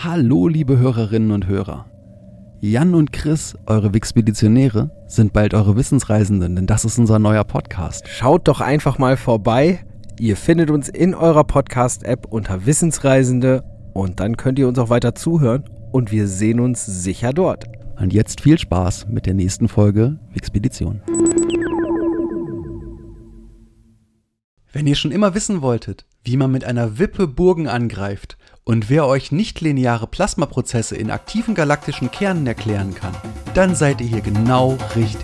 Hallo liebe Hörerinnen und Hörer. Jan und Chris, eure Wixpeditionäre, sind bald eure Wissensreisenden, denn das ist unser neuer Podcast. Schaut doch einfach mal vorbei. Ihr findet uns in eurer Podcast-App unter Wissensreisende und dann könnt ihr uns auch weiter zuhören und wir sehen uns sicher dort. Und jetzt viel Spaß mit der nächsten Folge Wixpedition. Wenn ihr schon immer wissen wolltet, wie man mit einer Wippe Burgen angreift und wer euch nichtlineare Plasmaprozesse in aktiven galaktischen Kernen erklären kann, dann seid ihr hier genau richtig.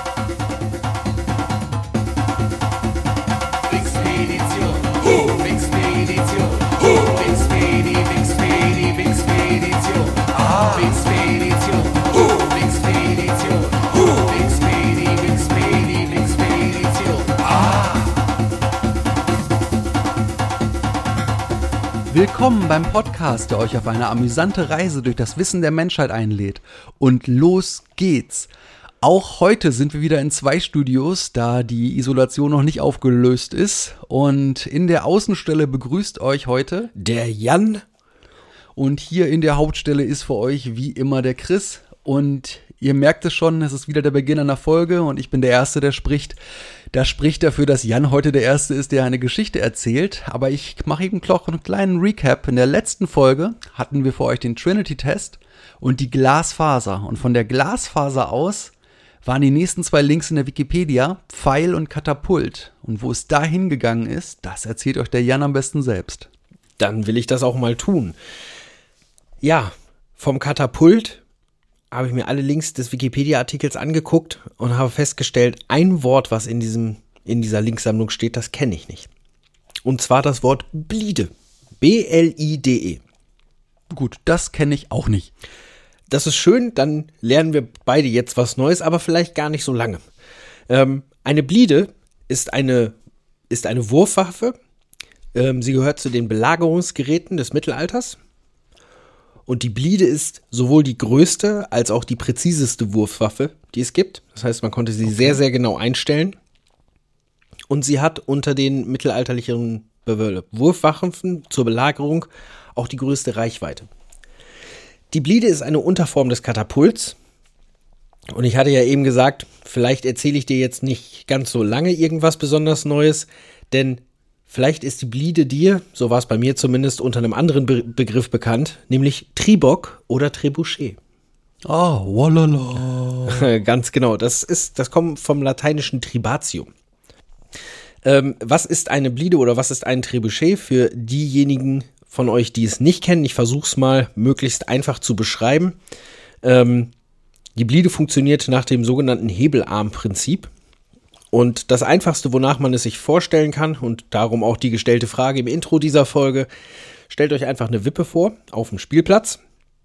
Willkommen beim Podcast, der euch auf eine amüsante Reise durch das Wissen der Menschheit einlädt. Und los geht's! Auch heute sind wir wieder in 2 Studios, da die Isolation noch nicht aufgelöst ist. Und in der Außenstelle begrüßt euch heute der Jan. Und hier in der Hauptstelle ist für euch wie immer der Chris. Und ihr merkt es schon, es ist wieder der Beginn einer Folge und ich bin der Erste, der spricht. Das spricht dafür, dass Jan heute der Erste ist, der eine Geschichte erzählt. Aber ich mache eben noch einen kleinen Recap. In der letzten Folge hatten wir für euch den Trinity-Test und die Glasfaser. Und von der Glasfaser aus waren die nächsten 2 Links in der Wikipedia Pfeil und Katapult. Und wo es da hingegangen ist, das erzählt euch der Jan am besten selbst. Dann will ich das auch mal tun. Ja, vom Katapult habe ich mir alle Links des Wikipedia-Artikels angeguckt und habe festgestellt, ein Wort, was in dieser Linksammlung steht, das kenne ich nicht. Und zwar das Wort Blide. B-L-I-D-E. Gut, das kenne ich auch nicht. Das ist schön, dann lernen wir beide jetzt was Neues, aber vielleicht gar nicht so lange. Eine Blide ist eine Wurfwaffe. Sie gehört zu den Belagerungsgeräten des Mittelalters. Und die Blide ist sowohl die größte als auch die präziseste Wurfwaffe, die es gibt. Das heißt, man konnte sie sehr, sehr genau einstellen. Und sie hat unter den mittelalterlichen Wurfwaffen zur Belagerung auch die größte Reichweite. Die Blide ist eine Unterform des Katapults. Und ich hatte ja eben gesagt, vielleicht erzähle ich dir jetzt nicht ganz so lange irgendwas besonders Neues, denn vielleicht ist die Blide dir, so war es bei mir zumindest, unter einem anderen Begriff bekannt, nämlich Tribok oder Trebuchet. Ah, walala. Ganz genau, das kommt vom lateinischen Tribatium. Was ist eine Blide oder was ist ein Trebuchet für diejenigen von euch, die es nicht kennen? Ich versuche es mal möglichst einfach zu beschreiben. Die Blide funktioniert nach dem sogenannten Hebelarmprinzip. Und das Einfachste, wonach man es sich vorstellen kann, und darum auch die gestellte Frage im Intro dieser Folge, stellt euch einfach eine Wippe vor auf dem Spielplatz.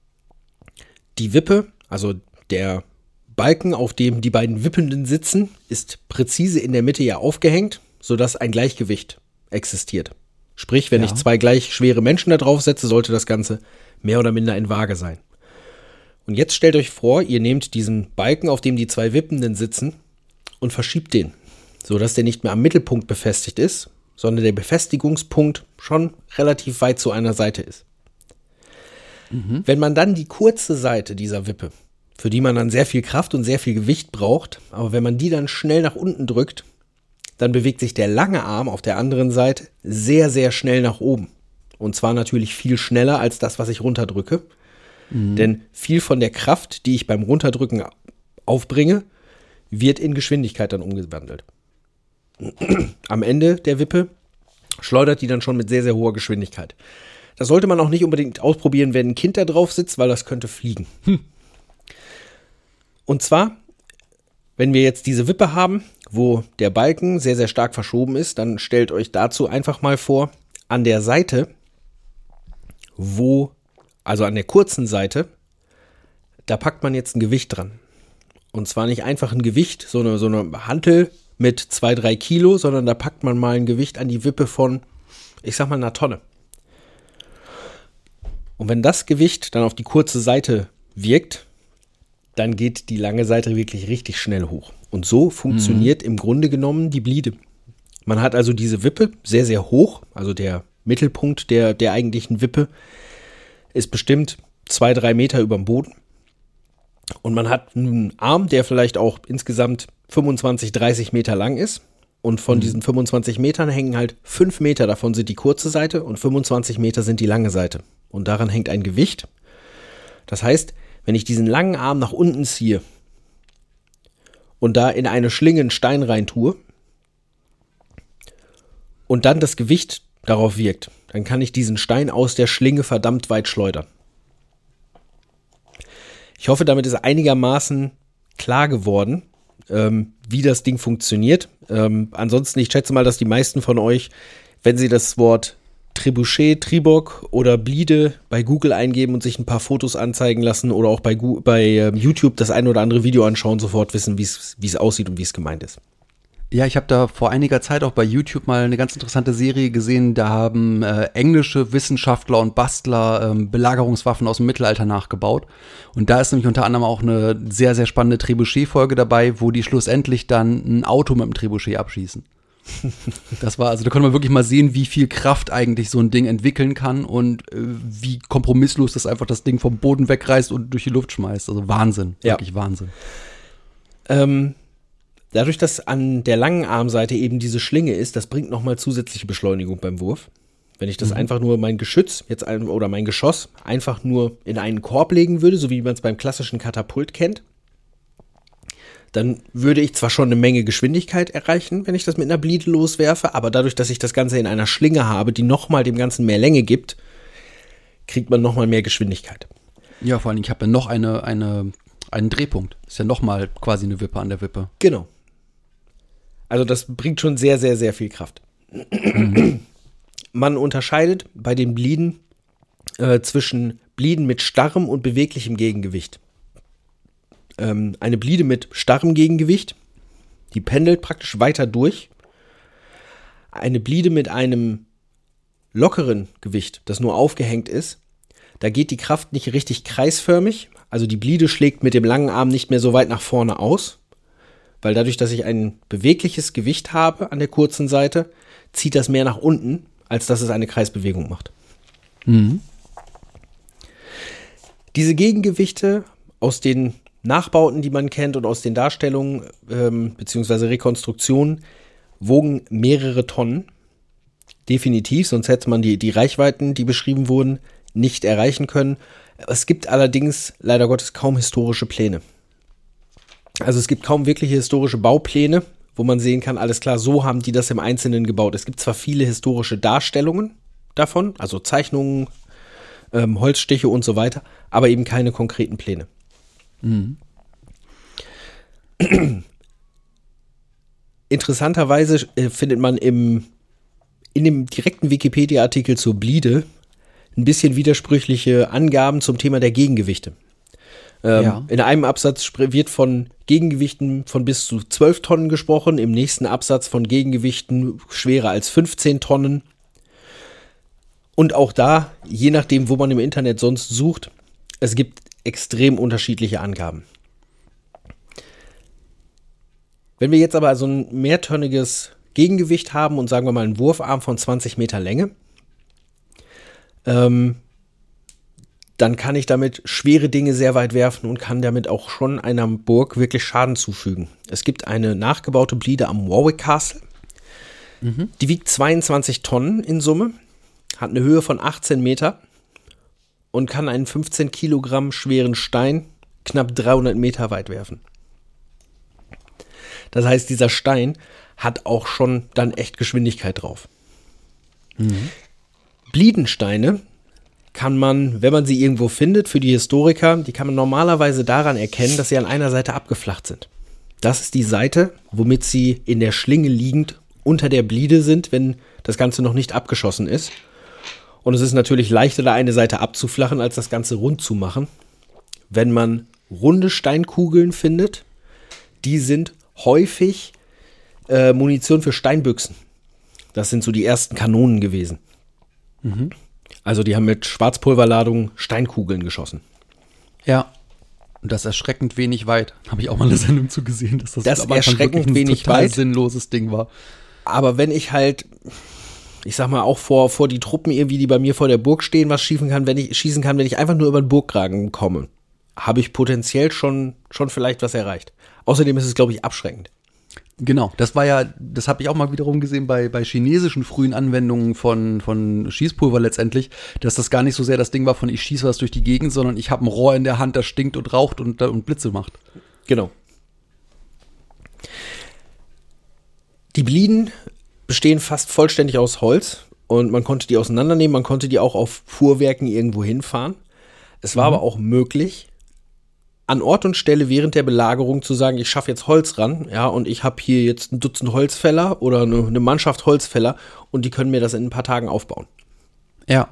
Die Wippe, also der Balken, auf dem die beiden Wippenden sitzen, ist präzise in der Mitte ja aufgehängt, sodass ein Gleichgewicht existiert. Sprich, wenn ich 2 gleich schwere Menschen da drauf setze, sollte das Ganze mehr oder minder in Waage sein. Und jetzt stellt euch vor, ihr nehmt diesen Balken, auf dem die 2 Wippenden sitzen, und verschiebt den, sodass der nicht mehr am Mittelpunkt befestigt ist, sondern der Befestigungspunkt schon relativ weit zu einer Seite ist. Mhm. Wenn man dann die kurze Seite dieser Wippe, für die man dann sehr viel Kraft und sehr viel Gewicht braucht, aber wenn man die dann schnell nach unten drückt, dann bewegt sich der lange Arm auf der anderen Seite sehr, sehr schnell nach oben. Und zwar natürlich viel schneller als das, was ich runterdrücke. Mhm. Denn viel von der Kraft, die ich beim Runterdrücken aufbringe, wird in Geschwindigkeit dann umgewandelt. Am Ende der Wippe schleudert die dann schon mit sehr, sehr hoher Geschwindigkeit. Das sollte man auch nicht unbedingt ausprobieren, wenn ein Kind da drauf sitzt, weil das könnte fliegen. Und zwar, wenn wir jetzt diese Wippe haben, wo der Balken sehr, sehr stark verschoben ist, dann stellt euch dazu einfach mal vor, an der Seite, also an der kurzen Seite, da packt man jetzt ein Gewicht dran. Und zwar nicht einfach ein Gewicht, so eine Hantel mit 2-3 Kilo, sondern da packt man mal ein Gewicht an die Wippe von, ich sag mal, einer Tonne. Und wenn das Gewicht dann auf die kurze Seite wirkt, dann geht die lange Seite wirklich richtig schnell hoch. Und so funktioniert im Grunde genommen die Blide. Man hat also diese Wippe sehr, sehr hoch, also der Mittelpunkt der eigentlichen Wippe, ist bestimmt 2-3 Meter über dem Boden. Und man hat einen Arm, der vielleicht auch insgesamt 25-30 Meter lang ist. Und von diesen 25 Metern hängen halt 5 Meter davon sind die kurze Seite und 25 Meter sind die lange Seite. Und daran hängt ein Gewicht. Das heißt, wenn ich diesen langen Arm nach unten ziehe und da in eine Schlinge einen Stein rein tue und dann das Gewicht darauf wirkt, dann kann ich diesen Stein aus der Schlinge verdammt weit schleudern. Ich hoffe, damit ist einigermaßen klar geworden, wie das Ding funktioniert. Ansonsten, ich schätze mal, dass die meisten von euch, wenn sie das Wort Trebuchet, Tribok oder Blide bei Google eingeben und sich ein paar Fotos anzeigen lassen oder auch bei YouTube das ein oder andere Video anschauen, sofort wissen, wie es aussieht und wie es gemeint ist. Ja, ich habe da vor einiger Zeit auch bei YouTube mal eine ganz interessante Serie gesehen. Da haben englische Wissenschaftler und Bastler Belagerungswaffen aus dem Mittelalter nachgebaut. Und da ist nämlich unter anderem auch eine sehr, sehr spannende Trebuchet-Folge dabei, wo die schlussendlich dann ein Auto mit dem Trebuchet abschießen. Das war, also da konnte man wirklich mal sehen, wie viel Kraft eigentlich so ein Ding entwickeln kann und wie kompromisslos das einfach das Ding vom Boden wegreißt und durch die Luft schmeißt. Also Wahnsinn, wirklich Wahnsinn. Dadurch, dass an der langen Armseite eben diese Schlinge ist, das bringt nochmal zusätzliche Beschleunigung beim Wurf. Wenn ich das einfach nur mein Geschütz oder mein Geschoss einfach nur in einen Korb legen würde, so wie man es beim klassischen Katapult kennt, dann würde ich zwar schon eine Menge Geschwindigkeit erreichen, wenn ich das mit einer Blide loswerfe, aber dadurch, dass ich das Ganze in einer Schlinge habe, die nochmal dem Ganzen mehr Länge gibt, kriegt man nochmal mehr Geschwindigkeit. Ja, vor allem, ich habe ja noch einen Drehpunkt. Ist ja nochmal quasi eine Wippe an der Wippe. Genau. Also das bringt schon sehr, sehr, sehr viel Kraft. Man unterscheidet bei den Bliden zwischen Bliden mit starrem und beweglichem Gegengewicht. Eine Blide mit starrem Gegengewicht, die pendelt praktisch weiter durch. Eine Blide mit einem lockeren Gewicht, das nur aufgehängt ist, da geht die Kraft nicht richtig kreisförmig. Also die Blide schlägt mit dem langen Arm nicht mehr so weit nach vorne aus, weil dadurch, dass ich ein bewegliches Gewicht habe an der kurzen Seite, zieht das mehr nach unten, als dass es eine Kreisbewegung macht. Diese Gegengewichte aus den Nachbauten, die man kennt und aus den Darstellungen bzw. Rekonstruktionen, wogen mehrere Tonnen. Definitiv, sonst hätte man die Reichweiten, die beschrieben wurden, nicht erreichen können. Es gibt allerdings leider Gottes kaum historische Pläne. Also es gibt kaum wirkliche historische Baupläne, wo man sehen kann, alles klar, so haben die das im Einzelnen gebaut. Es gibt zwar viele historische Darstellungen davon, also Zeichnungen, Holzstiche und so weiter, aber eben keine konkreten Pläne. Interessanterweise findet man in dem direkten Wikipedia-Artikel zur Blide ein bisschen widersprüchliche Angaben zum Thema der Gegengewichte. In einem Absatz wird von Gegengewichten von bis zu 12 Tonnen gesprochen, im nächsten Absatz von Gegengewichten schwerer als 15 Tonnen. Und auch da, je nachdem, wo man im Internet sonst sucht, es gibt extrem unterschiedliche Angaben. Wenn wir jetzt aber so ein mehrtonniges Gegengewicht haben und sagen wir mal einen Wurfarm von 20 Meter Länge, dann kann ich damit schwere Dinge sehr weit werfen und kann damit auch schon einer Burg wirklich Schaden zufügen. Es gibt eine nachgebaute Blide am Warwick Castle. Die wiegt 22 Tonnen in Summe, hat eine Höhe von 18 Meter und kann einen 15 Kilogramm schweren Stein knapp 300 Meter weit werfen. Das heißt, dieser Stein hat auch schon dann echt Geschwindigkeit drauf. Blidensteine kann man, wenn man sie irgendwo findet, für die Historiker, die kann man normalerweise daran erkennen, dass sie an einer Seite abgeflacht sind. Das ist die Seite, womit sie in der Schlinge liegend unter der Blide sind, wenn das Ganze noch nicht abgeschossen ist. Und es ist natürlich leichter, da eine Seite abzuflachen, als das Ganze rund zu machen. Wenn man runde Steinkugeln findet, die sind häufig Munition für Steinbüchsen. Das sind so die ersten Kanonen gewesen. Also die haben mit Schwarzpulverladung Steinkugeln geschossen. Ja. Und das erschreckend wenig weit. Habe ich auch mal eine Sendung zu gesehen, dass das erschreckend wenig total weit sinnloses Ding war. Aber wenn ich halt ich sag mal, auch vor die Truppen irgendwie, die bei mir vor der Burg stehen, was schießen kann, wenn ich einfach nur über den Burggraben komme, habe ich potenziell schon vielleicht was erreicht. Außerdem ist es, glaube ich, abschreckend. Genau, das habe ich auch mal wiederum gesehen bei chinesischen frühen Anwendungen von Schießpulver letztendlich, dass das gar nicht so sehr das Ding war von ich schieße was durch die Gegend, sondern ich habe ein Rohr in der Hand, das stinkt und raucht und Blitze macht. Genau. Die Blieden bestehen fast vollständig aus Holz und man konnte die auseinandernehmen, man konnte die auch auf Fuhrwerken irgendwo hinfahren. Es war aber auch möglich, an Ort und Stelle während der Belagerung zu sagen, ich schaffe jetzt Holz ran, ja, und ich habe hier jetzt ein Dutzend Holzfäller oder eine Mannschaft Holzfäller und die können mir das in ein paar Tagen aufbauen. Ja.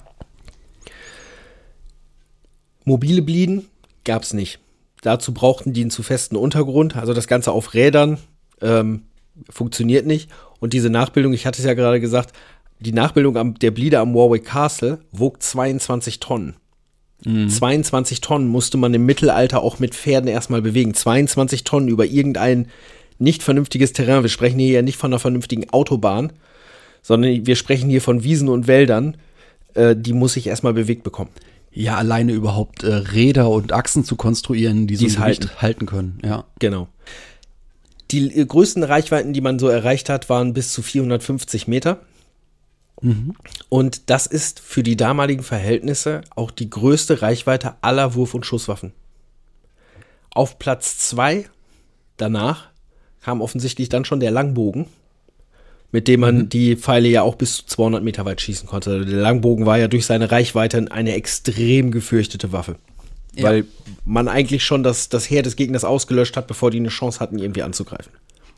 Mobile Blieden gab es nicht. Dazu brauchten die einen zu festen Untergrund, also das Ganze auf Rädern funktioniert nicht. Und diese Nachbildung, ich hatte es ja gerade gesagt, die Nachbildung der Bliede am Warwick Castle wog 22 Tonnen. 22 Tonnen musste man im Mittelalter auch mit Pferden erstmal bewegen. 22 Tonnen über irgendein nicht vernünftiges Terrain. Wir sprechen hier ja nicht von einer vernünftigen Autobahn, sondern wir sprechen hier von Wiesen und Wäldern. Die muss ich erstmal bewegt bekommen. Ja, alleine überhaupt Räder und Achsen zu konstruieren, die so ein Gewicht halten können. Ja, genau. Die größten Reichweiten, die man so erreicht hat, waren bis zu 450 Meter. Und das ist für die damaligen Verhältnisse auch die größte Reichweite aller Wurf- und Schusswaffen. Auf Platz 2 danach kam offensichtlich dann schon der Langbogen, mit dem man die Pfeile ja auch bis zu 200 Meter weit schießen konnte. Also der Langbogen war ja durch seine Reichweite eine extrem gefürchtete Waffe. Ja. Weil man eigentlich schon das Heer des Gegners ausgelöscht hat, bevor die eine Chance hatten, irgendwie anzugreifen.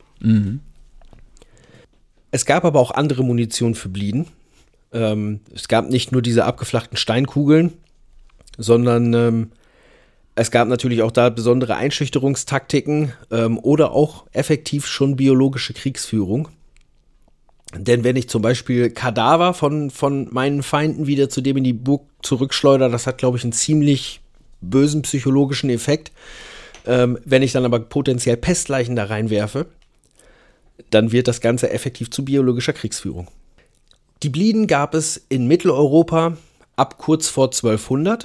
Es gab aber auch andere Munition für Blieden. Es gab nicht nur diese abgeflachten Steinkugeln, sondern es gab natürlich auch da besondere Einschüchterungstaktiken oder auch effektiv schon biologische Kriegsführung. Denn wenn ich zum Beispiel Kadaver von meinen Feinden wieder zu dem in die Burg zurückschleudere, das hat, glaube ich, einen ziemlich bösen psychologischen Effekt. Wenn ich dann aber potenziell Pestleichen da reinwerfe, dann wird das Ganze effektiv zu biologischer Kriegsführung. Die Blieden gab es in Mitteleuropa ab kurz vor 1200.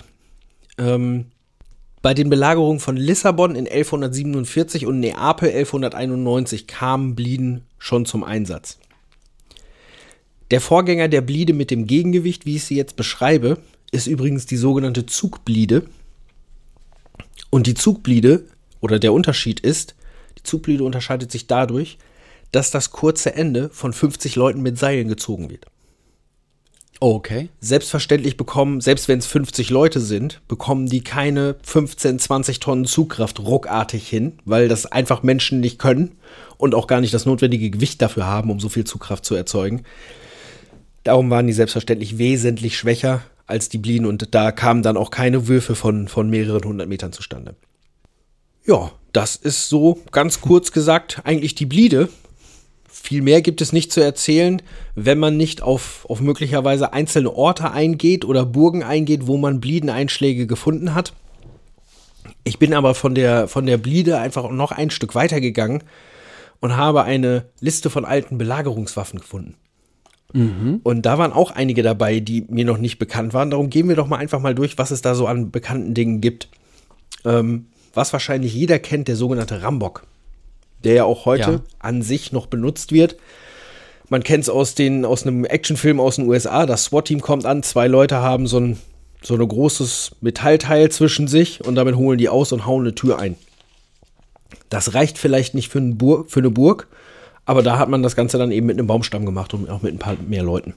Bei den Belagerungen von Lissabon in 1147 und Neapel 1191 kamen Blieden schon zum Einsatz. Der Vorgänger der Bliede mit dem Gegengewicht, wie ich sie jetzt beschreibe, ist übrigens die sogenannte Zugbliede. Und die Zugbliede, oder der Unterschied ist, die Zugbliede unterscheidet sich dadurch, dass das kurze Ende von 50 Leuten mit Seilen gezogen wird. Okay. Selbstverständlich selbst wenn es 50 Leute sind, bekommen die keine 15, 20 Tonnen Zugkraft ruckartig hin, weil das einfach Menschen nicht können und auch gar nicht das notwendige Gewicht dafür haben, um so viel Zugkraft zu erzeugen. Darum waren die selbstverständlich wesentlich schwächer als die Blieden und da kamen dann auch keine Würfe von mehreren 100 Metern zustande. Ja, das ist so ganz kurz gesagt eigentlich die Bliede. Viel mehr gibt es nicht zu erzählen, wenn man nicht auf möglicherweise einzelne Orte eingeht oder Burgen eingeht, wo man Bliedeneinschläge gefunden hat. Ich bin aber von der Bliede einfach noch ein Stück weiter gegangen und habe eine Liste von alten Belagerungswaffen gefunden. Und da waren auch einige dabei, die mir noch nicht bekannt waren. Darum gehen wir doch mal einfach mal durch, was es da so an bekannten Dingen gibt. Was wahrscheinlich jeder kennt, der sogenannte Rambock, der ja auch heute an sich noch benutzt wird. Man kennt es aus einem Actionfilm aus den USA. Das SWAT-Team kommt an, 2 Leute haben so ein großes Metallteil zwischen sich und damit holen die aus und hauen eine Tür ein. Das reicht vielleicht nicht für eine Burg, aber da hat man das Ganze dann eben mit einem Baumstamm gemacht und auch mit ein paar mehr Leuten.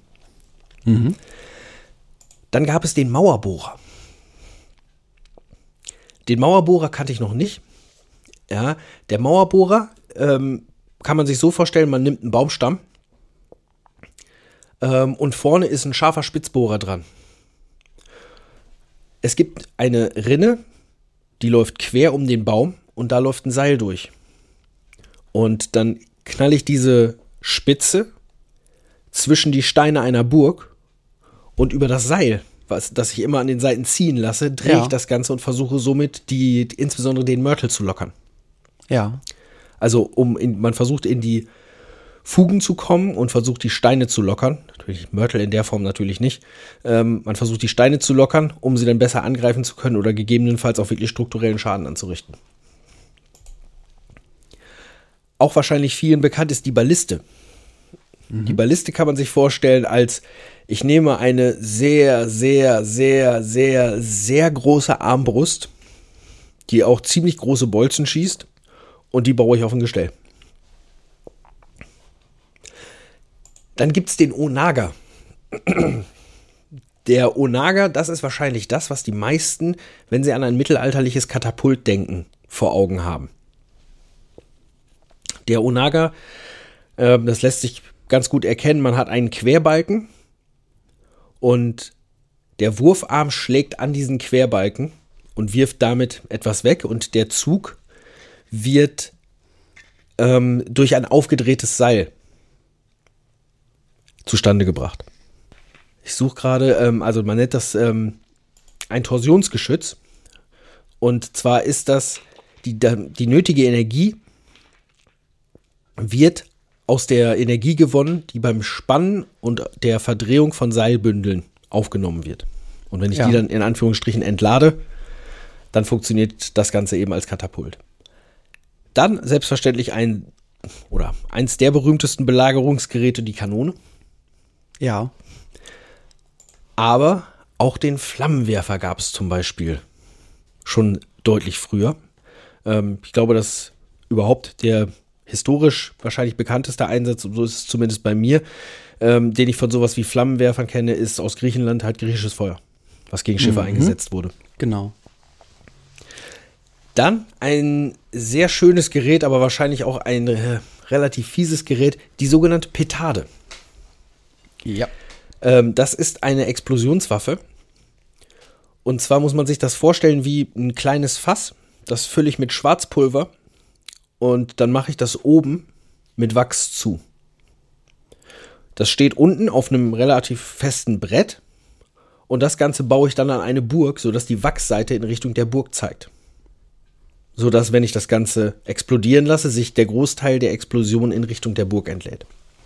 Dann gab es den Mauerbohrer. Den Mauerbohrer kannte ich noch nicht. Ja, der Mauerbohrer kann man sich so vorstellen, man nimmt einen Baumstamm und vorne ist ein scharfer Spitzbohrer dran. Es gibt eine Rinne, die läuft quer um den Baum und da läuft ein Seil durch. Und dann knalle ich diese Spitze zwischen die Steine einer Burg und über das Seil, das ich immer an den Seiten ziehen lasse, drehe ich das Ganze und versuche somit insbesondere den Mörtel zu lockern. Ja. Also man versucht in die Fugen zu kommen und versucht, die Steine zu lockern. Natürlich Mörtel in der Form natürlich nicht. Man versucht, die Steine zu lockern, um sie dann besser angreifen zu können oder gegebenenfalls auch wirklich strukturellen Schaden anzurichten. Auch wahrscheinlich vielen bekannt ist die Balliste. Die Balliste kann man sich vorstellen als, ich nehme eine sehr, sehr, sehr, sehr, sehr große Armbrust, die auch ziemlich große Bolzen schießt, und die baue ich auf ein Gestell. Dann gibt es den Onaga. Der Onaga, das ist wahrscheinlich das, was die meisten, wenn sie an ein mittelalterliches Katapult denken, vor Augen haben. Der Onaga, das lässt sich ganz gut erkennen, man hat einen Querbalken und der Wurfarm schlägt an diesen Querbalken und wirft damit etwas weg und der Zug wird durch ein aufgedrehtes Seil zustande gebracht. Ich suche gerade, also man nennt das ein Torsionsgeschütz, und zwar ist das die nötige Energie wird aus der Energie gewonnen, die beim Spannen und der Verdrehung von Seilbündeln aufgenommen wird. Und wenn ich die dann in Anführungsstrichen entlade, dann funktioniert das Ganze eben als Katapult. Dann selbstverständlich eins der berühmtesten Belagerungsgeräte, die Kanone. Ja. Aber auch den Flammenwerfer gab es zum Beispiel schon deutlich früher. Ich glaube, dass überhaupt der historisch wahrscheinlich bekannteste Einsatz, so ist es zumindest bei mir, den ich von sowas wie Flammenwerfern kenne, ist aus Griechenland halt griechisches Feuer, was gegen Schiffe eingesetzt wurde. Genau. Dann ein sehr schönes Gerät, aber wahrscheinlich auch ein relativ fieses Gerät, die sogenannte Petarde. Ja. Das ist eine Explosionswaffe. Und zwar muss man sich das vorstellen wie ein kleines Fass. Das fülle ich mit Schwarzpulver und dann mache ich das oben mit Wachs zu. Das steht unten auf einem relativ festen Brett und das Ganze baue ich dann an eine Burg, sodass die Wachsseite in Richtung der Burg zeigt. Sodass, wenn ich das Ganze explodieren lasse, sich der Großteil der Explosion in Richtung der Burg entlädt.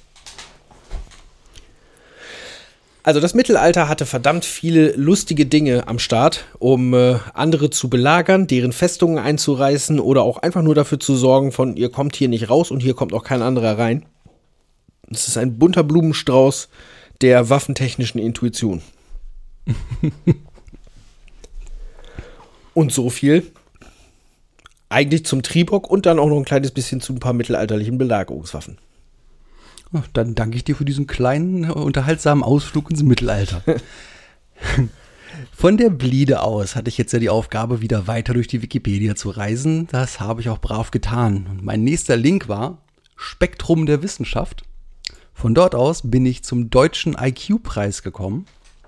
Also das Mittelalter hatte verdammt viele lustige Dinge am Start, um andere zu belagern, deren Festungen einzureißen oder auch einfach nur dafür zu sorgen von, ihr kommt hier nicht raus und hier kommt auch kein anderer rein. Es ist ein bunter Blumenstrauß der waffentechnischen Intuition. Und so viel eigentlich zum Tribok und dann auch noch ein kleines bisschen zu ein paar mittelalterlichen Belagerungswaffen. Dann danke ich dir für diesen kleinen, unterhaltsamen Ausflug ins Mittelalter. Von der Bliede aus hatte ich jetzt ja die Aufgabe, wieder weiter durch die Wikipedia zu reisen. Das habe ich auch brav getan. Und mein nächster Link war Spektrum der Wissenschaft. Von dort aus bin ich zum deutschen IQ-Preis gekommen.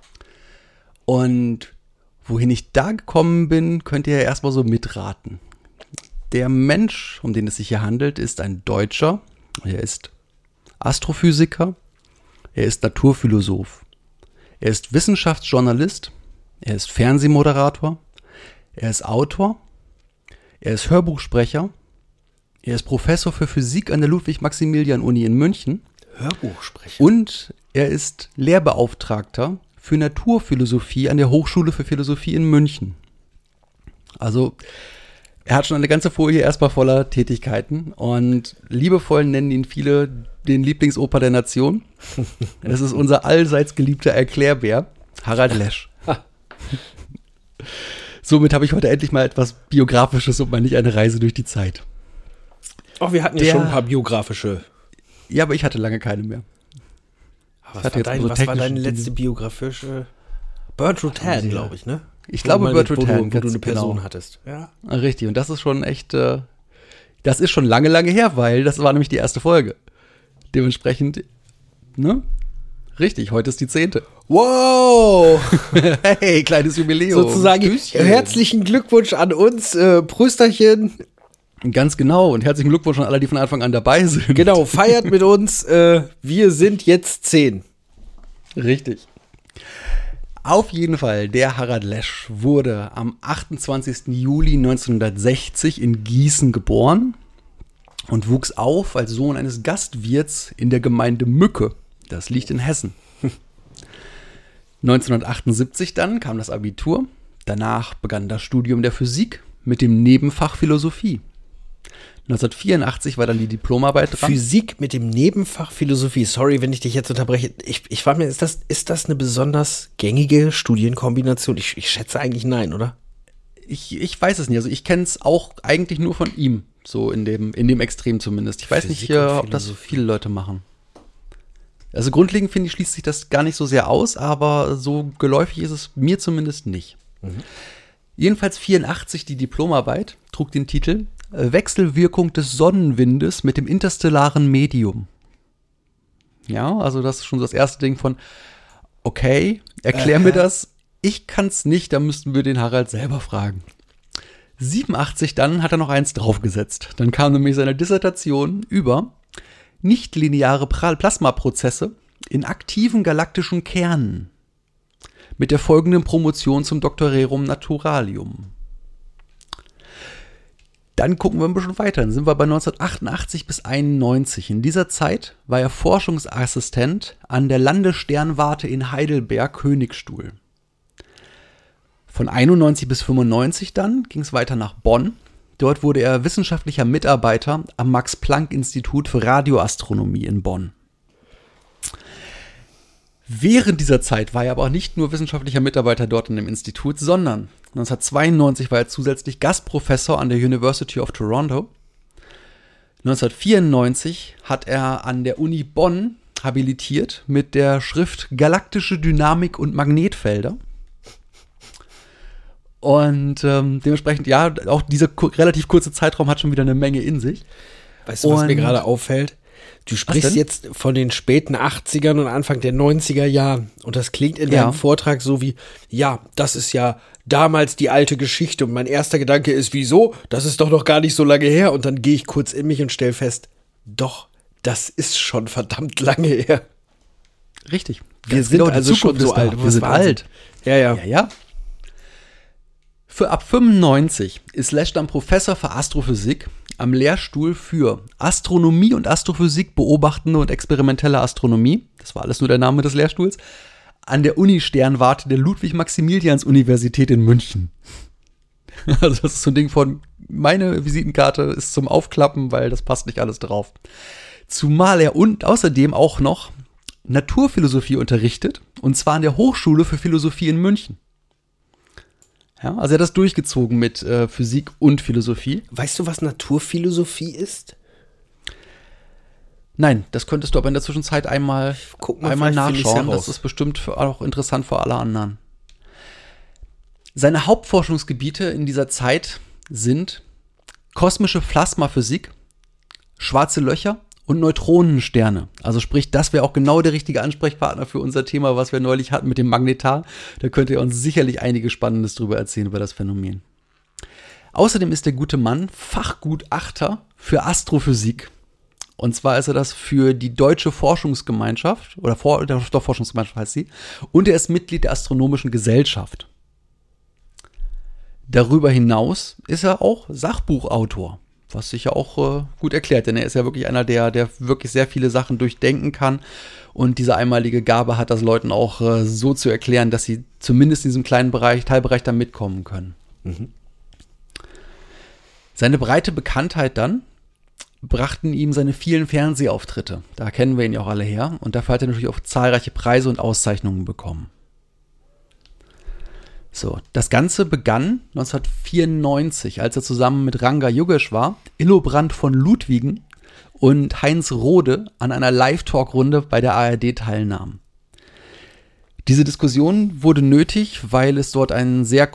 Und wohin ich da gekommen bin, könnt ihr ja erstmal so mitraten. Der Mensch, um den es sich hier handelt, ist ein Deutscher. Er ist Astrophysiker, er ist Naturphilosoph, er ist Wissenschaftsjournalist, er ist Fernsehmoderator, er ist Autor, er ist Hörbuchsprecher, er ist Professor für Physik an der Ludwig-Maximilian-Uni in München. Hörbuchsprecher? Und er ist Lehrbeauftragter für Naturphilosophie an der Hochschule für Philosophie in München. Also er hat schon eine ganze Folie erstmal voller Tätigkeiten und liebevoll nennen ihn viele den Lieblingsoper der Nation. Es ist unser allseits geliebter Erklärbär, Harald Lesch. Somit habe ich heute endlich mal etwas Biografisches und mal nicht eine Reise durch die Zeit. Ach, wir hatten ja schon ein paar biografische. Ja, aber ich hatte lange keine mehr. Was war deine letzte biografische? Bertrude Tan, glaube ich, ne? Ich glaube, Bertrude Tan, wo du eine Person hattest. Ja. Richtig, und das ist schon echt, das ist schon lange, lange her, weil das war nämlich die erste Folge. Dementsprechend, ne? Richtig, heute ist die 10. Wow! Hey, kleines Jubiläum. Sozusagen, herzlichen Glückwunsch an uns, Prösterchen. Ganz genau, und herzlichen Glückwunsch an alle, die von Anfang an dabei sind. Genau, feiert mit uns, wir sind jetzt 10. Richtig. Auf jeden Fall, der Harald Lesch wurde am 28. Juli 1960 in Gießen geboren und wuchs auf als Sohn eines Gastwirts in der Gemeinde Mücke. Das liegt in Hessen. 1978 dann kam das Abitur. Danach begann das Studium der Physik mit dem Nebenfach Philosophie. 1984 war dann die Diplomarbeit dran. Physik mit dem Nebenfach Philosophie. Sorry, wenn ich dich jetzt unterbreche. Ich frage mich, ist das eine besonders gängige Studienkombination? Ich schätze eigentlich nein, oder? Ich weiß es nicht. Also ich kenne es auch eigentlich nur von ihm. So in dem Extrem zumindest. Ich weiß Physik nicht, und ob das viele Leute machen. Also grundlegend finde ich, schließt sich das gar nicht so sehr aus, aber so geläufig ist es mir zumindest nicht. Jedenfalls 84 die Diplomarbeit trug den Titel Wechselwirkung des Sonnenwindes mit dem interstellaren Medium. Ja, also das ist schon das erste Ding von, okay, erklär mir das. Ich kann es nicht, da müssten wir den Harald selber fragen. 87 dann hat er noch eins draufgesetzt. Dann kam nämlich seine Dissertation über nichtlineare Plasmaprozesse in aktiven galaktischen Kernen. Mit der folgenden Promotion zum Doctorarium Naturalium. Dann gucken wir ein bisschen weiter. Dann sind wir bei 1988 bis 91. In dieser Zeit war er Forschungsassistent an der Landessternwarte in Heidelberg, Königstuhl. Von 91 bis 95 dann ging es weiter nach Bonn. Dort wurde er wissenschaftlicher Mitarbeiter am Max-Planck-Institut für Radioastronomie in Bonn. Während dieser Zeit war er aber auch nicht nur wissenschaftlicher Mitarbeiter dort in dem Institut, sondern 1992 war er zusätzlich Gastprofessor an der University of Toronto. 1994 hat er an der Uni Bonn habilitiert mit der Schrift Galaktische Dynamik und Magnetfelder. Und dementsprechend, ja, auch dieser relativ kurze Zeitraum hat schon wieder eine Menge in sich. Weißt du, was mir gerade auffällt? Du sprichst jetzt von den späten 80ern und Anfang der 90er Jahren. Und das klingt in deinem Vortrag so wie, ja, das ist ja damals die alte Geschichte. Und mein erster Gedanke ist, wieso? Das ist doch noch gar nicht so lange her. Und dann gehe ich kurz in mich und stelle fest, doch, das ist schon verdammt lange her. Richtig. Wir sind also schon so alt. Wir sind alt. Ja. Für ab 95 ist Lesch dann Professor für Astrophysik am Lehrstuhl für Astronomie und Astrophysik, beobachtende und experimentelle Astronomie, das war alles nur der Name des Lehrstuhls, an der Uni-Sternwarte der Ludwig-Maximilians-Universität in München. Also das ist so ein Ding von, meine Visitenkarte ist zum Aufklappen, weil das passt nicht alles drauf. Zumal er außerdem auch noch Naturphilosophie unterrichtet, und zwar an der Hochschule für Philosophie in München. Ja, also er hat das durchgezogen mit Physik und Philosophie. Weißt du, was Naturphilosophie ist? Nein, das könntest du aber in der Zwischenzeit einmal nachschauen. Das ist bestimmt auch interessant für alle anderen. Seine Hauptforschungsgebiete in dieser Zeit sind kosmische Plasmaphysik, schwarze Löcher und Neutronensterne. Also sprich, das wäre auch genau der richtige Ansprechpartner für unser Thema, was wir neulich hatten mit dem Magnetar. Da könnt ihr uns sicherlich einiges Spannendes drüber erzählen, über das Phänomen. Außerdem ist der gute Mann Fachgutachter für Astrophysik. Und zwar ist er das für die Deutsche Forschungsgemeinschaft, oder der Forschungsgemeinschaft heißt sie, und er ist Mitglied der Astronomischen Gesellschaft. Darüber hinaus ist er auch Sachbuchautor. Was sich ja auch gut erklärt, denn er ist ja wirklich einer, der wirklich sehr viele Sachen durchdenken kann und diese einmalige Gabe hat, das Leuten auch so zu erklären, dass sie zumindest in diesem kleinen Teilbereich da mitkommen können. Mhm. Seine breite Bekanntheit dann brachten ihm seine vielen Fernsehauftritte. Da kennen wir ihn ja auch alle her und dafür hat er natürlich auch zahlreiche Preise und Auszeichnungen bekommen. So, das Ganze begann 1994, als er zusammen mit Ranga Yogeshwar, Illobrand von Ludwigen und Heinz Rode an einer Live-Talk-Runde bei der ARD teilnahmen. Diese Diskussion wurde nötig, weil es dort einen sehr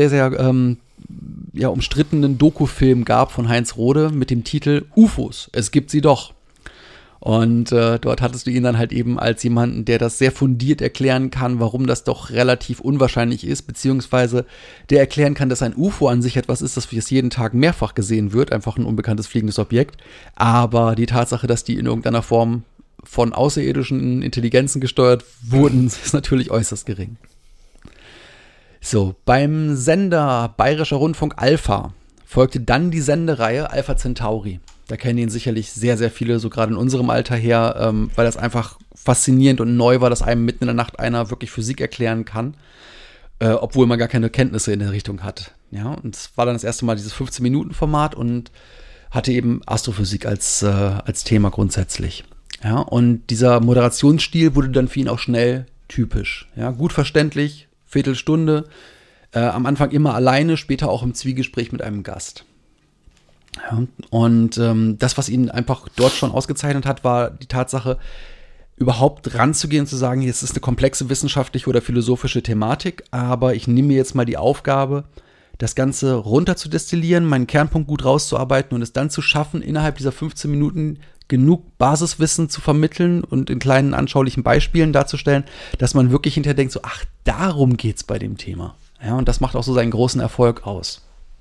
umstrittenen Dokufilm gab von Heinz Rode mit dem Titel UFOs, es gibt sie doch. Und dort hattest du ihn dann halt eben als jemanden, der das sehr fundiert erklären kann, warum das doch relativ unwahrscheinlich ist, beziehungsweise der erklären kann, dass ein UFO an sich etwas ist, das jeden Tag mehrfach gesehen wird, einfach ein unbekanntes fliegendes Objekt. Aber die Tatsache, dass die in irgendeiner Form von außerirdischen Intelligenzen gesteuert wurden, ist natürlich äußerst gering. So, beim Sender Bayerischer Rundfunk Alpha folgte dann die Sendereihe Alpha Centauri. Da kennen ihn sicherlich sehr, sehr viele, so gerade in unserem Alter her, weil das einfach faszinierend und neu war, dass einem mitten in der Nacht einer wirklich Physik erklären kann, obwohl man gar keine Kenntnisse in der Richtung hat. Ja, und es war dann das erste Mal dieses 15-Minuten-Format und hatte eben Astrophysik als Thema grundsätzlich. Ja, und dieser Moderationsstil wurde dann für ihn auch schnell typisch. Ja, gut verständlich, Viertelstunde, am Anfang immer alleine, später auch im Zwiegespräch mit einem Gast. Ja, und das, was ihn einfach dort schon ausgezeichnet hat, war die Tatsache, überhaupt ranzugehen und zu sagen, jetzt ist eine komplexe wissenschaftliche oder philosophische Thematik, aber ich nehme mir jetzt mal die Aufgabe, das Ganze runter zu destillieren, meinen Kernpunkt gut rauszuarbeiten und es dann zu schaffen, innerhalb dieser 15 Minuten genug Basiswissen zu vermitteln und in kleinen anschaulichen Beispielen darzustellen, dass man wirklich hinterher denkt, so, ach, darum geht's bei dem Thema. Ja, und das macht auch so seinen großen Erfolg aus.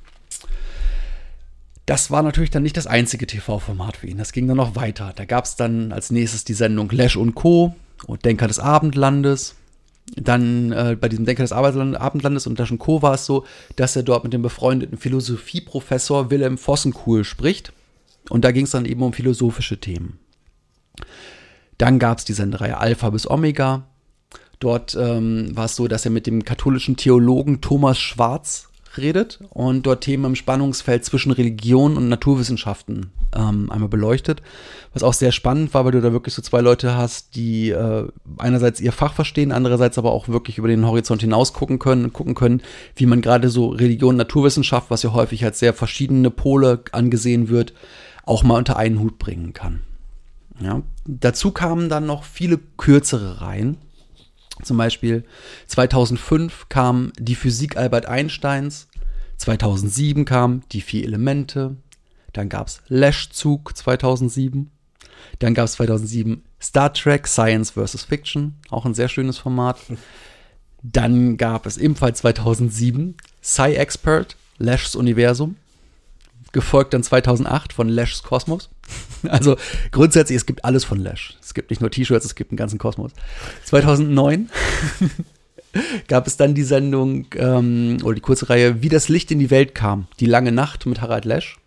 Das war natürlich dann nicht das einzige TV-Format für ihn. Das ging dann noch weiter. Da gab es dann als nächstes die Sendung Lesch und Co. und Denker des Abendlandes. Dann bei diesem Denker des Abendlandes und Lesch und Co. war es so, dass er dort mit dem befreundeten Philosophieprofessor Wilhelm Vossenkuhl spricht. Und da ging es dann eben um philosophische Themen. Dann gab es die Sendereihe Alpha bis Omega. Dort war es so, dass er mit dem katholischen Theologen Thomas Schwarz redet und dort Themen im Spannungsfeld zwischen Religion und Naturwissenschaften einmal beleuchtet. Was auch sehr spannend war, weil du da wirklich so zwei Leute hast, die einerseits ihr Fach verstehen, andererseits aber auch wirklich über den Horizont hinaus gucken können, wie man gerade so Religion, Naturwissenschaft, was ja häufig als sehr verschiedene Pole angesehen wird, auch mal unter einen Hut bringen kann. Ja. Dazu kamen dann noch viele kürzere Reihen. Zum Beispiel 2005 kam die Physik Albert Einsteins, 2007 kam die 4 Elemente, dann gab es Leschzug 2007, dann gab es 2007 Star Trek Science vs. Fiction, auch ein sehr schönes Format. Dann gab es ebenfalls 2007 Sci-Expert, Leschs Universum, gefolgt dann 2008 von Leschs Kosmos. Also grundsätzlich, es gibt alles von Lesch. Es gibt nicht nur T-Shirts, es gibt einen ganzen Kosmos. 2009 gab es dann die Sendung oder die kurze Reihe Wie das Licht in die Welt kam, die lange Nacht mit Harald Lesch.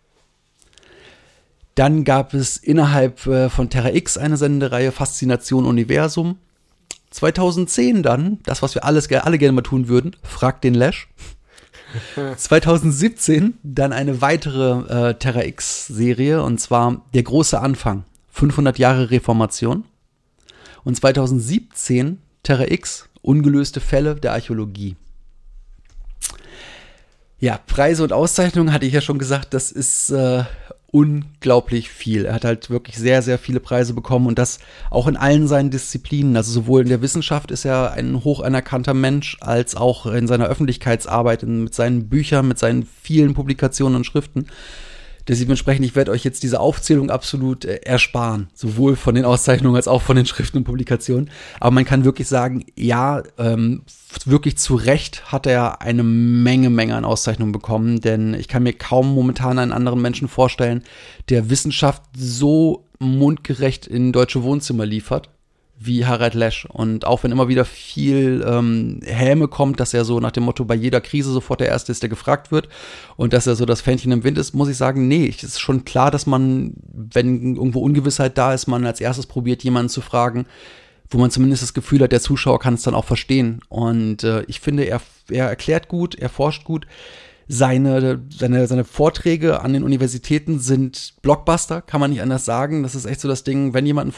Dann gab es innerhalb von Terra X eine Sendereihe Faszination Universum. 2010 dann, das, was wir alle gerne mal tun würden, Frag den Lesch. 2017 dann eine weitere Terra X-Serie, und zwar Der große Anfang, 500 Jahre Reformation. Und 2017 Terra X, ungelöste Fälle der Archäologie. Ja, Preise und Auszeichnungen hatte ich ja schon gesagt, das ist unglaublich viel. Er hat halt wirklich sehr, sehr viele Preise bekommen und das auch in allen seinen Disziplinen. Also sowohl in der Wissenschaft ist er ein hoch anerkannter Mensch, als auch in seiner Öffentlichkeitsarbeit, mit seinen Büchern, mit seinen vielen Publikationen und Schriften. Dementsprechend, ich werde euch jetzt diese Aufzählung absolut ersparen, sowohl von den Auszeichnungen als auch von den Schriften und Publikationen. Aber man kann wirklich sagen, ja, wirklich zu Recht hat er eine Menge an Auszeichnungen bekommen, denn ich kann mir kaum momentan einen anderen Menschen vorstellen, der Wissenschaft so mundgerecht in deutsche Wohnzimmer liefert, wie Harald Lesch. Und auch wenn immer wieder viel Häme kommt, dass er so nach dem Motto bei jeder Krise sofort der Erste ist, der gefragt wird und dass er so das Fähnchen im Wind ist, muss ich sagen, nee, es ist schon klar, dass man, wenn irgendwo Ungewissheit da ist, man als erstes probiert, jemanden zu fragen, wo man zumindest das Gefühl hat, der Zuschauer kann es dann auch verstehen. Und ich finde, er erklärt gut, er forscht gut. Seine Vorträge an den Universitäten sind Blockbuster, kann man nicht anders sagen. Das ist echt so das Ding, wenn jemand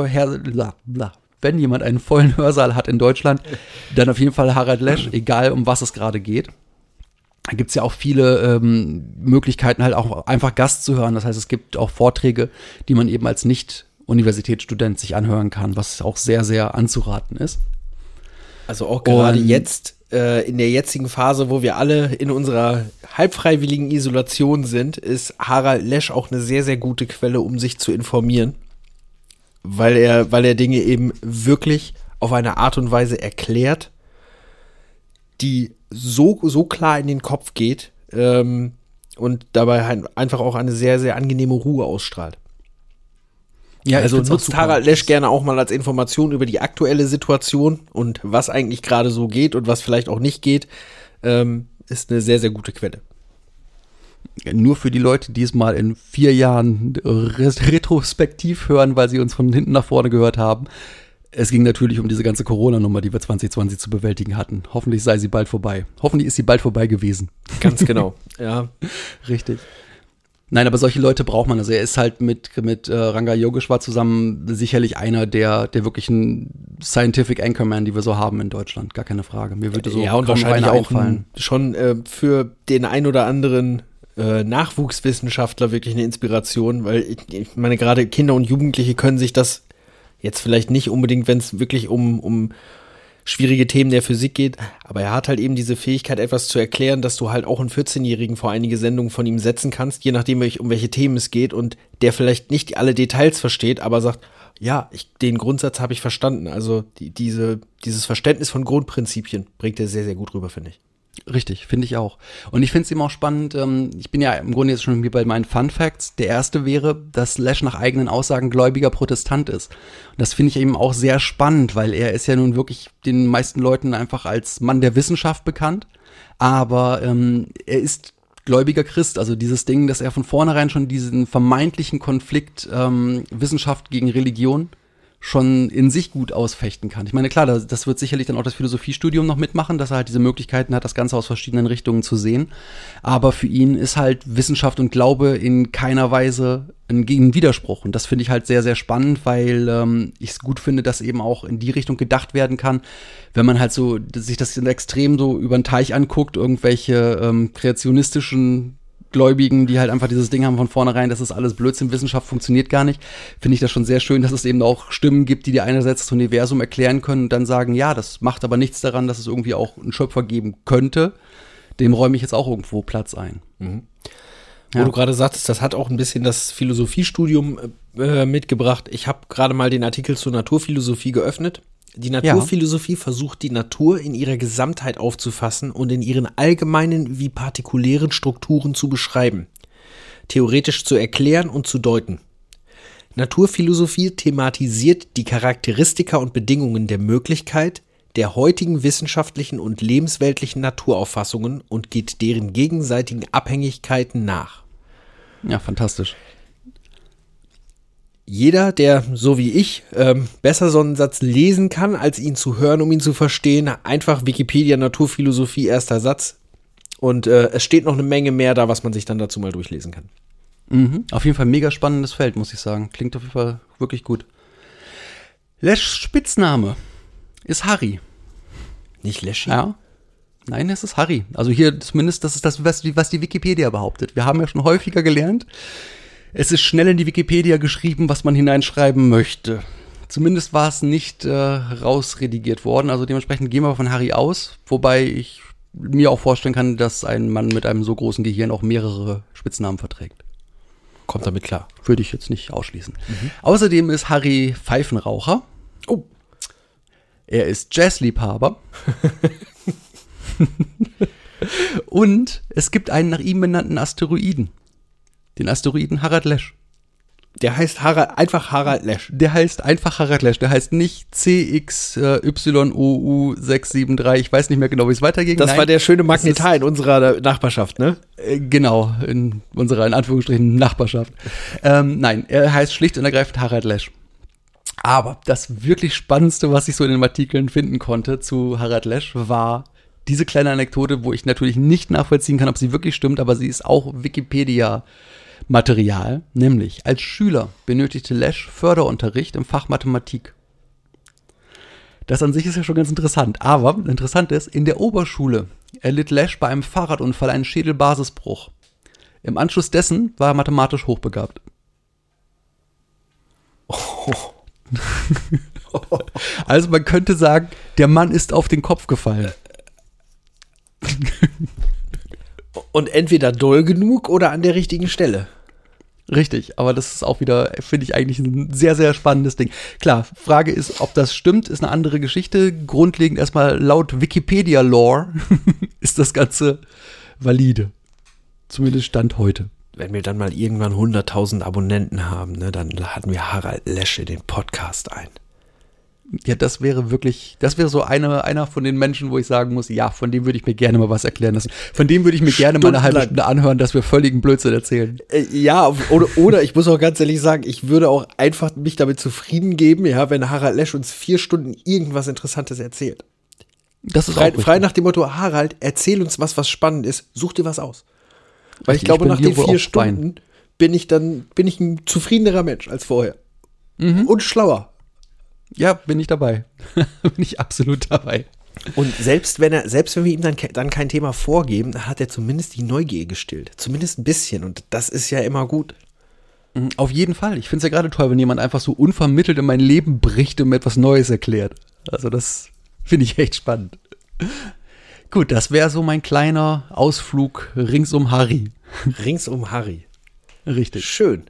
einen vollen Hörsaal hat in Deutschland, dann auf jeden Fall Harald Lesch, egal um was es gerade geht. Da gibt es ja auch viele Möglichkeiten, halt auch einfach Gast zu hören. Das heißt, es gibt auch Vorträge, die man eben als Nicht-Universitätsstudent sich anhören kann, was auch sehr, sehr anzuraten ist. Also auch gerade jetzt, in der jetzigen Phase, wo wir alle in unserer halbfreiwilligen Isolation sind, ist Harald Lesch auch eine sehr, sehr gute Quelle, um sich zu informieren, weil er Dinge eben wirklich auf eine Art und Weise erklärt, die so klar in den Kopf geht und dabei halt einfach auch eine sehr, sehr angenehme Ruhe ausstrahlt. Ja, also nutzt Harald Lesch gerne auch mal als Information über die aktuelle Situation und was eigentlich gerade so geht und was vielleicht auch nicht geht, ist eine sehr, sehr gute Quelle. nur für die Leute, die es mal in 4 Jahren retrospektiv hören, weil sie uns von hinten nach vorne gehört haben. Es ging natürlich um diese ganze Corona-Nummer, die wir 2020 zu bewältigen hatten. Hoffentlich sei sie bald vorbei. Hoffentlich ist sie bald vorbei gewesen. Ganz genau, ja. Richtig. Nein, aber solche Leute braucht man. Also er ist halt mit Ranga Yogeshwar zusammen sicherlich einer der wirklichen Scientific Anchorman, die wir so haben in Deutschland. Gar keine Frage. Mir würde so ja, und wahrscheinlich auch einfallen. Schon für den ein oder anderen Nachwuchswissenschaftler wirklich eine Inspiration, weil ich meine, gerade Kinder und Jugendliche können sich das jetzt vielleicht nicht unbedingt, wenn es wirklich um schwierige Themen der Physik geht, aber er hat halt eben diese Fähigkeit, etwas zu erklären, dass du halt auch einen 14-Jährigen vor einige Sendungen von ihm setzen kannst, je nachdem, um welche Themen es geht und der vielleicht nicht alle Details versteht, aber sagt, ja, den Grundsatz habe ich verstanden. Also dieses Verständnis von Grundprinzipien bringt er sehr, sehr gut rüber, finde ich. Richtig, finde ich auch. Und ich finde es eben auch spannend, ich bin ja im Grunde jetzt schon hier bei meinen Fun Facts. Der erste wäre, dass Lesch nach eigenen Aussagen gläubiger Protestant ist. Und das finde ich eben auch sehr spannend, weil er ist ja nun wirklich den meisten Leuten einfach als Mann der Wissenschaft bekannt. Aber er ist gläubiger Christ, also dieses Ding, dass er von vornherein schon diesen vermeintlichen Konflikt Wissenschaft gegen Religion schon in sich gut ausfechten kann. Ich meine, klar, das wird sicherlich dann auch das Philosophiestudium noch mitmachen, dass er halt diese Möglichkeiten hat, das Ganze aus verschiedenen Richtungen zu sehen. Aber für ihn ist halt Wissenschaft und Glaube in keiner Weise ein Widerspruch. Und das finde ich halt sehr, sehr spannend, weil ich es gut finde, dass eben auch in die Richtung gedacht werden kann, wenn man halt so sich das extrem so über den Teich anguckt, irgendwelche kreationistischen Gläubigen, die halt einfach dieses Ding haben von vornherein, das ist alles Blödsinn, Wissenschaft funktioniert gar nicht, finde ich das schon sehr schön, dass es eben auch Stimmen gibt, die dir einerseits das Universum erklären können und dann sagen, ja, das macht aber nichts daran, dass es irgendwie auch einen Schöpfer geben könnte. Dem räume ich jetzt auch irgendwo Platz ein. Mhm. Wo du gerade sagtest, das hat auch ein bisschen das Philosophiestudium mitgebracht. Ich habe gerade mal den Artikel zur Naturphilosophie geöffnet. Die Naturphilosophie versucht, die Natur in ihrer Gesamtheit aufzufassen und in ihren allgemeinen wie partikulären Strukturen zu beschreiben, theoretisch zu erklären und zu deuten. Naturphilosophie thematisiert die Charakteristika und Bedingungen der Möglichkeit der heutigen wissenschaftlichen und lebensweltlichen Naturauffassungen und geht deren gegenseitigen Abhängigkeiten nach. Ja, fantastisch. Jeder, der, so wie ich, besser so einen Satz lesen kann, als ihn zu hören, um ihn zu verstehen, einfach Wikipedia Naturphilosophie, erster Satz. Und es steht noch eine Menge mehr da, was man sich dann dazu mal durchlesen kann. Mhm. Auf jeden Fall ein mega spannendes Feld, muss ich sagen. Klingt auf jeden Fall wirklich gut. Leschs Spitzname ist Harry. Nicht Leschi? Ja. Nein, es ist Harry. Also hier zumindest, das ist das, was die Wikipedia behauptet. Wir haben ja schon häufiger gelernt, es ist schnell in die Wikipedia geschrieben, was man hineinschreiben möchte. Zumindest war es nicht rausredigiert worden. Also dementsprechend gehen wir von Harry aus. Wobei ich mir auch vorstellen kann, dass ein Mann mit einem so großen Gehirn auch mehrere Spitznamen verträgt. Kommt damit klar. Würde ich jetzt nicht ausschließen. Mhm. Außerdem ist Harry Pfeifenraucher. Oh. Er ist Jazzliebhaber. Und es gibt einen nach ihm benannten Asteroiden. Den Asteroiden Harald Lesch. Der heißt einfach Harald Lesch. Der heißt einfach Harald Lesch. Der heißt nicht CXYOU673. Ich weiß nicht mehr genau, wie es weiterging. Das war der schöne Magnetar in unserer Nachbarschaft, ne? Genau, in unserer, in Anführungsstrichen, Nachbarschaft. Nein, er heißt schlicht und ergreifend Harald Lesch. Aber das wirklich Spannendste, was ich so in den Artikeln finden konnte zu Harald Lesch, war diese kleine Anekdote, wo ich natürlich nicht nachvollziehen kann, ob sie wirklich stimmt, aber sie ist auch Wikipedia-Material. Nämlich, als Schüler benötigte Lesch Förderunterricht im Fach Mathematik. Das an sich ist ja schon ganz interessant. Aber interessant ist, in der Oberschule erlitt Lesch bei einem Fahrradunfall einen Schädelbasisbruch. Im Anschluss dessen war er mathematisch hochbegabt. Also man könnte sagen, der Mann ist auf den Kopf gefallen. Und entweder doll genug oder an der richtigen Stelle. Richtig, aber das ist auch wieder, finde ich, eigentlich ein sehr, sehr spannendes Ding. Klar, Frage ist, ob das stimmt, ist eine andere Geschichte. Grundlegend erstmal laut Wikipedia-Lore ist das Ganze valide. Zumindest Stand heute. Wenn wir dann mal irgendwann 100.000 Abonnenten haben, ne, dann laden wir Harald Lesch in den Podcast ein. Ja, das wäre so einer von den Menschen, wo ich sagen muss, ja, von dem würde ich mir gerne mal was erklären lassen. Von dem würde ich mir gerne mal eine halbe Stunde anhören, dass wir völligen Blödsinn erzählen. Ja, oder ich muss auch ganz ehrlich sagen, ich würde auch einfach mich damit zufrieden geben, ja, wenn Harald Lesch uns 4 Stunden irgendwas Interessantes erzählt. Das ist frei nach dem Motto, Harald, erzähl uns was spannend ist, such dir was aus. Weil ich glaube, nach den 4 Stunden bin ich ein zufriedenerer Mensch als vorher. Und schlauer. Ja, bin ich dabei. Bin ich absolut dabei. Und selbst wenn wir ihm dann kein Thema vorgeben, dann hat er zumindest die Neugier gestillt. Zumindest ein bisschen. Und das ist ja immer gut. Auf jeden Fall. Ich finde es ja gerade toll, wenn jemand einfach so unvermittelt in mein Leben bricht und mir etwas Neues erklärt. Also das finde ich echt spannend. Gut, das wäre so mein kleiner Ausflug rings um Harry. Rings um Harry. Richtig. Schön.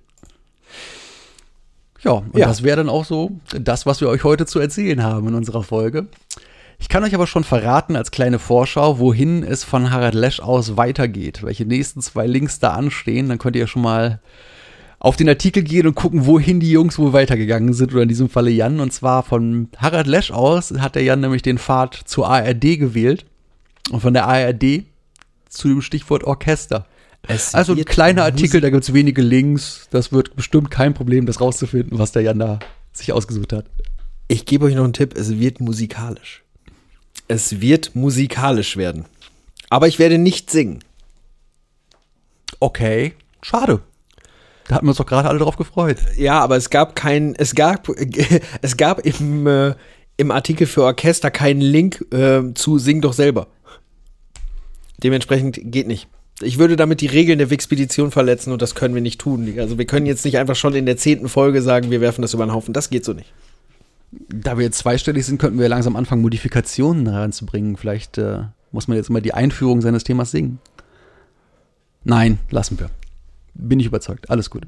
Ja, und das wäre dann auch so das, was wir euch heute zu erzählen haben in unserer Folge. Ich kann euch aber schon verraten als kleine Vorschau, wohin es von Harald Lesch aus weitergeht. Welche nächsten 2 Links da anstehen, dann könnt ihr ja schon mal auf den Artikel gehen und gucken, wohin die Jungs wohl weitergegangen sind, oder in diesem Falle Jan. Und zwar von Harald Lesch aus hat der Jan nämlich den Pfad zur ARD gewählt und von der ARD zu dem Stichwort Orchester. Also ein kleiner Artikel, da gibt es wenige Links. Das wird bestimmt kein Problem, das rauszufinden, was der Jan da sich ausgesucht hat. Ich gebe euch noch einen Tipp, es wird musikalisch. Es wird musikalisch werden. Aber ich werde nicht singen. Okay, schade. Da hatten wir uns doch gerade alle drauf gefreut. Ja, aber es gab im Artikel für Orchester keinen Link zu Sing doch selber. Dementsprechend geht nicht. Ich würde damit die Regeln der Wixpedition verletzen und das können wir nicht tun. Also wir können jetzt nicht einfach schon in der 10. Folge sagen, wir werfen das über den Haufen. Das geht so nicht. Da wir jetzt zweistellig sind, könnten wir langsam anfangen, Modifikationen heranzubringen. Vielleicht muss man jetzt mal die Einführung seines Themas singen. Nein, lassen wir. Bin ich überzeugt. Alles gut.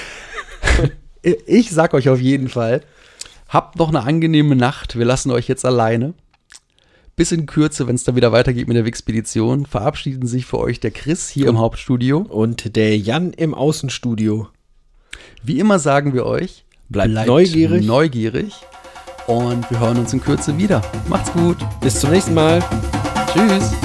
Ich sag euch auf jeden Fall, habt noch eine angenehme Nacht. Wir lassen euch jetzt alleine. Bis in Kürze, wenn es dann wieder weitergeht mit der Wixpedition, verabschieden sich für euch der Chris hier im Hauptstudio. Und der Jan im Außenstudio. Wie immer sagen wir euch, bleibt neugierig. Und wir hören uns in Kürze wieder. Macht's gut. Bis zum nächsten Mal. Tschüss.